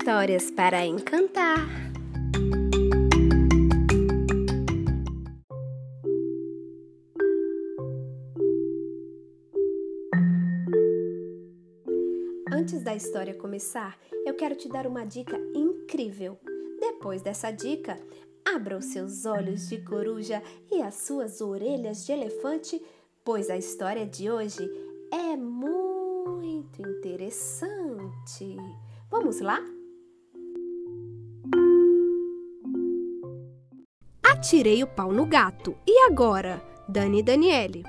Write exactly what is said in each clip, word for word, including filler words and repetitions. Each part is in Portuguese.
Histórias para encantar. Antes da história começar, eu quero te dar uma dica incrível. Depois dessa dica, abra os seus olhos de coruja e as suas orelhas de elefante, pois a história de hoje é muito interessante. Vamos lá? Atirei o pau no gato. E agora, Dani e Daniele?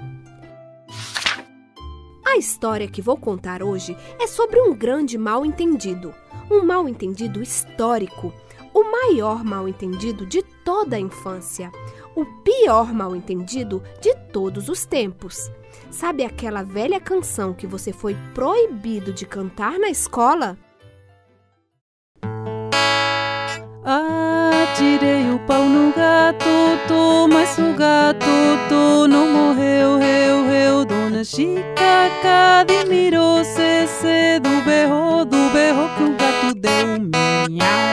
A história que vou contar hoje é sobre um grande mal-entendido, um mal-entendido histórico, o maior mal-entendido de toda a infância, o pior mal-entendido de todos os tempos. Sabe aquela velha canção que você foi proibido de cantar na escola? Atirei o pau no gato, tô, mas o gato tô, não morreu, reu, reu. Dona Chica admirou, cê, cê, do berro, do berro que o gato deu um miau.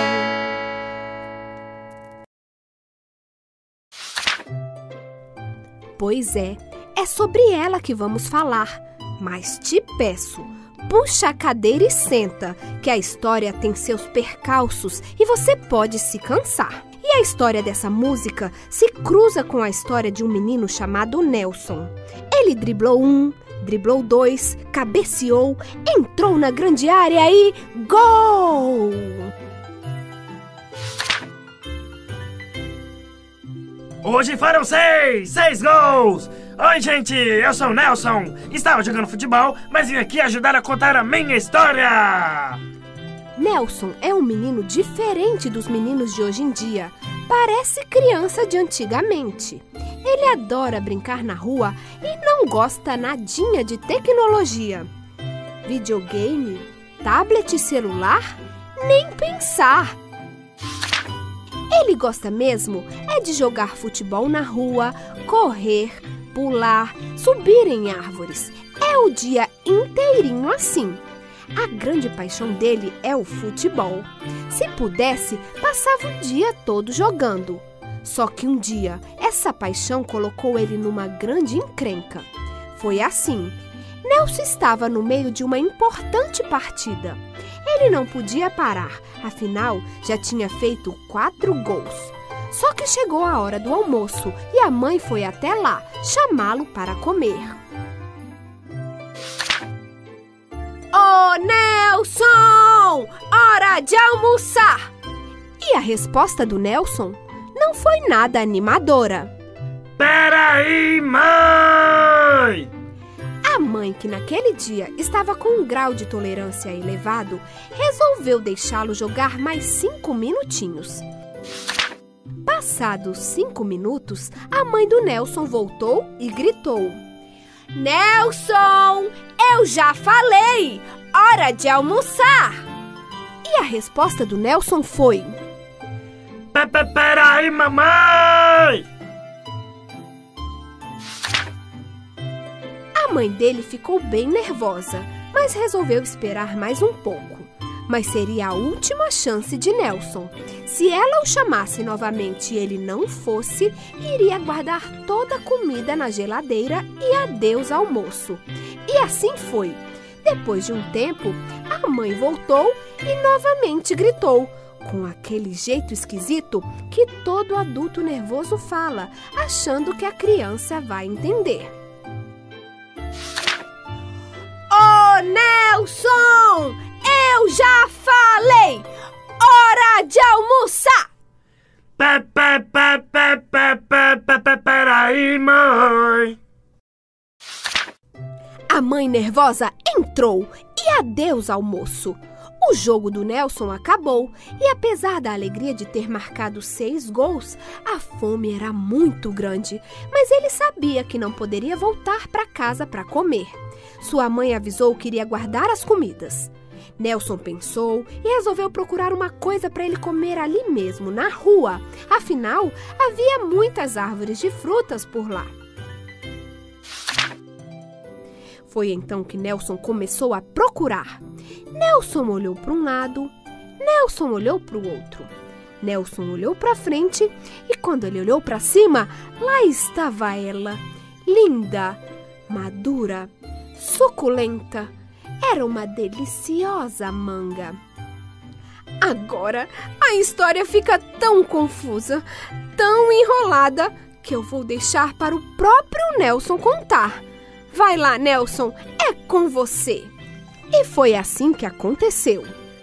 Pois é, é sobre ela que vamos falar, mas te peço, puxa a cadeira e senta, que a história tem seus percalços e você pode se cansar. E a história dessa música se cruza com a história de um menino chamado Nelson. Ele driblou um, driblou dois, cabeceou, entrou na grande área e gol! Hoje foram seis! Seis gols! Oi, gente! Eu sou o Nelson. Estava jogando futebol, mas vim aqui ajudar a contar a minha história! Nelson é um menino diferente dos meninos de hoje em dia. Parece criança de antigamente. Ele adora brincar na rua e não gosta nadinha de tecnologia. Videogame, tablet e celular? Nem pensar! Ele gosta mesmo é de jogar futebol na rua, correr, pular, subir em árvores. É o dia inteirinho assim. A grande paixão dele é o futebol. Se pudesse, passava o dia todo jogando. Só que um dia, essa paixão colocou ele numa grande encrenca. Foi assim. Nelson estava no meio de uma importante partida. Ele não podia parar, afinal, já tinha feito quatro gols. Só que chegou a hora do almoço e a mãe foi até lá chamá-lo para comer. Ô, Nelson! Hora de almoçar! E a resposta do Nelson não foi nada animadora. Peraí, mãe! A mãe, que naquele dia estava com um grau de tolerância elevado, resolveu deixá-lo jogar mais cinco minutinhos. Passados cinco minutos, a mãe do Nelson voltou e gritou: Nelson, eu já falei! Hora de almoçar! E a resposta do Nelson foi: Peraí, mamãe! A mãe dele ficou bem nervosa, mas resolveu esperar mais um pouco. Mas seria a última chance de Nelson. Se ela o chamasse novamente e ele não fosse, iria guardar toda a comida na geladeira e adeus almoço. E assim foi. Depois de um tempo, a mãe voltou e novamente gritou, com aquele jeito esquisito que todo adulto nervoso fala, achando que a criança vai entender. Ô, Nelson! Eu já falei! Hora de almoçar! Pé, pé, pé, pé, pé, pé, pé, pé, peraí, mãe! A mãe nervosa entrou e adeus almoço. O jogo do Nelson acabou e, apesar da alegria de ter marcado seis gols, a fome era muito grande, mas ele sabia que não poderia voltar para casa para comer. Sua mãe avisou que iria guardar as comidas. Nelson pensou e resolveu procurar uma coisa para ele comer ali mesmo, na rua. Afinal, havia muitas árvores de frutas por lá. Foi então que Nelson começou a procurar. Nelson olhou para um lado, Nelson olhou para o outro. Nelson olhou para frente e quando ele olhou para cima, lá estava ela, linda, madura, suculenta. Era uma deliciosa manga. Agora a história fica tão confusa, tão enrolada, que eu vou deixar para o próprio Nelson contar. Vai lá, Nelson, é com você. E foi assim que aconteceu.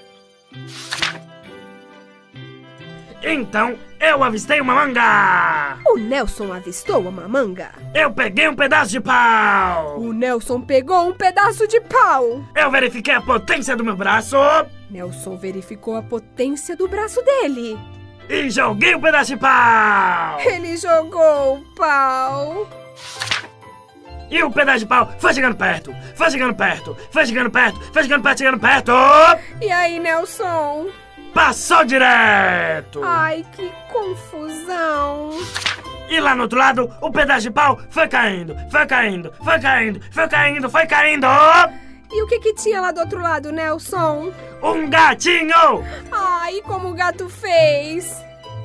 Então, eu avistei uma manga! O Nelson avistou uma manga. Eu peguei um pedaço de pau! O Nelson pegou um pedaço de pau. Eu verifiquei a potência do meu braço! Nelson verificou a potência do braço dele. E joguei um pedaço de pau! Ele jogou o pau. E o pedaço de pau foi chegando perto, foi chegando perto, foi chegando perto, foi chegando perto, chegando perto! E aí, Nelson? Passou direto! Ai, que confusão! E lá no outro lado, o pedaço de pau foi caindo, foi caindo, foi caindo, foi caindo, foi caindo! E o que que tinha lá do outro lado, Nelson? Um gatinho! Ai, como o gato fez!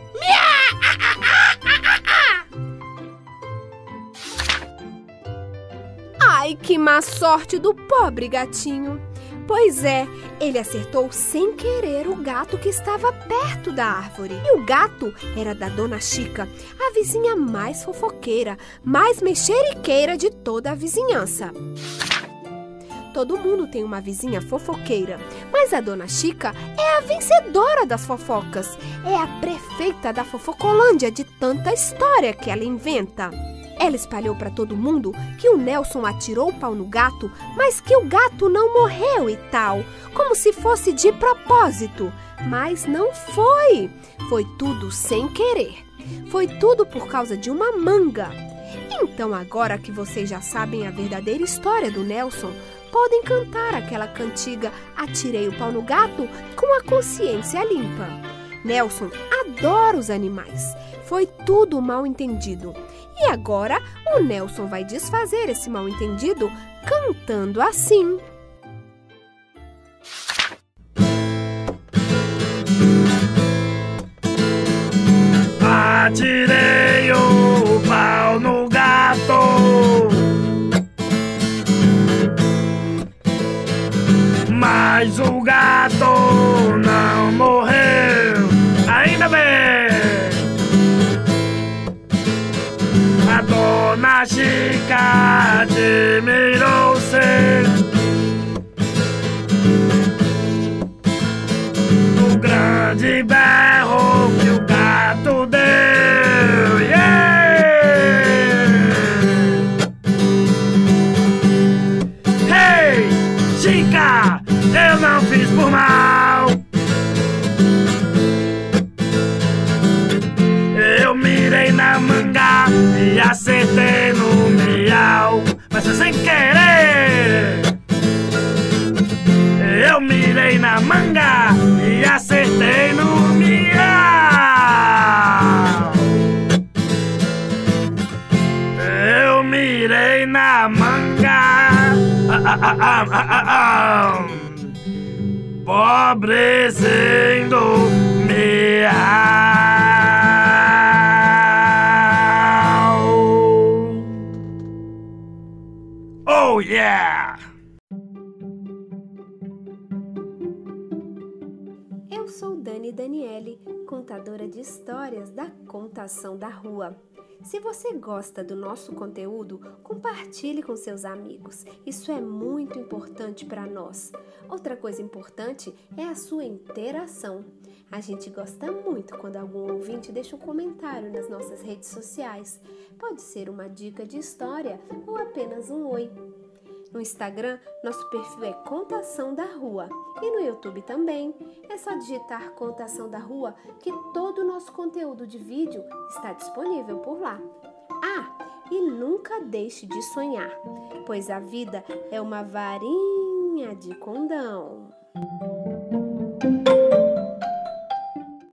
Ai, que má sorte do pobre gatinho! Pois é, ele acertou sem querer o gato que estava perto da árvore. E o gato era da Dona Chica, a vizinha mais fofoqueira, mais mexeriqueira de toda a vizinhança. Todo mundo tem uma vizinha fofoqueira, mas a Dona Chica é a vencedora das fofocas. É a prefeita da Fofocolândia de tanta história que ela inventa. Ela espalhou para todo mundo que o Nelson atirou o pau no gato, mas que o gato não morreu e tal, como se fosse de propósito. Mas não foi. Foi tudo sem querer. Foi tudo por causa de uma manga. Então, agora que vocês já sabem a verdadeira história do Nelson, podem cantar aquela cantiga Atirei o pau no gato com a consciência limpa. Nelson adora os animais. Foi tudo mal entendido. E agora o Nelson vai desfazer esse mal entendido cantando assim. Atirei o pau no gato, mas o gato não morreu, ainda bem. A Dona Chica admirou-se no grande berro que o gato deu. Yeah! Hey, Chica, eu não fiz por mal. Eu mirei na manga e acertei no miau, mas foi sem querer. Eu mirei na manga e acertei no miau. Eu mirei na manga. Ah, ah, ah, ah, ah, ah. Pobrezinho do miau. Oh yeah! Eu sou Dani Daniele, contadora de histórias da Contação da Rua. Se você gosta do nosso conteúdo, compartilhe com seus amigos. Isso é muito importante para nós. Outra coisa importante é a sua interação. A gente gosta muito quando algum ouvinte deixa um comentário nas nossas redes sociais. Pode ser uma dica de história ou apenas um oi. No Instagram, nosso perfil é Contação da Rua. E no YouTube também. É só digitar Contação da Rua que todo o nosso conteúdo de vídeo está disponível por lá. Ah, e nunca deixe de sonhar, pois a vida é uma varinha de condão.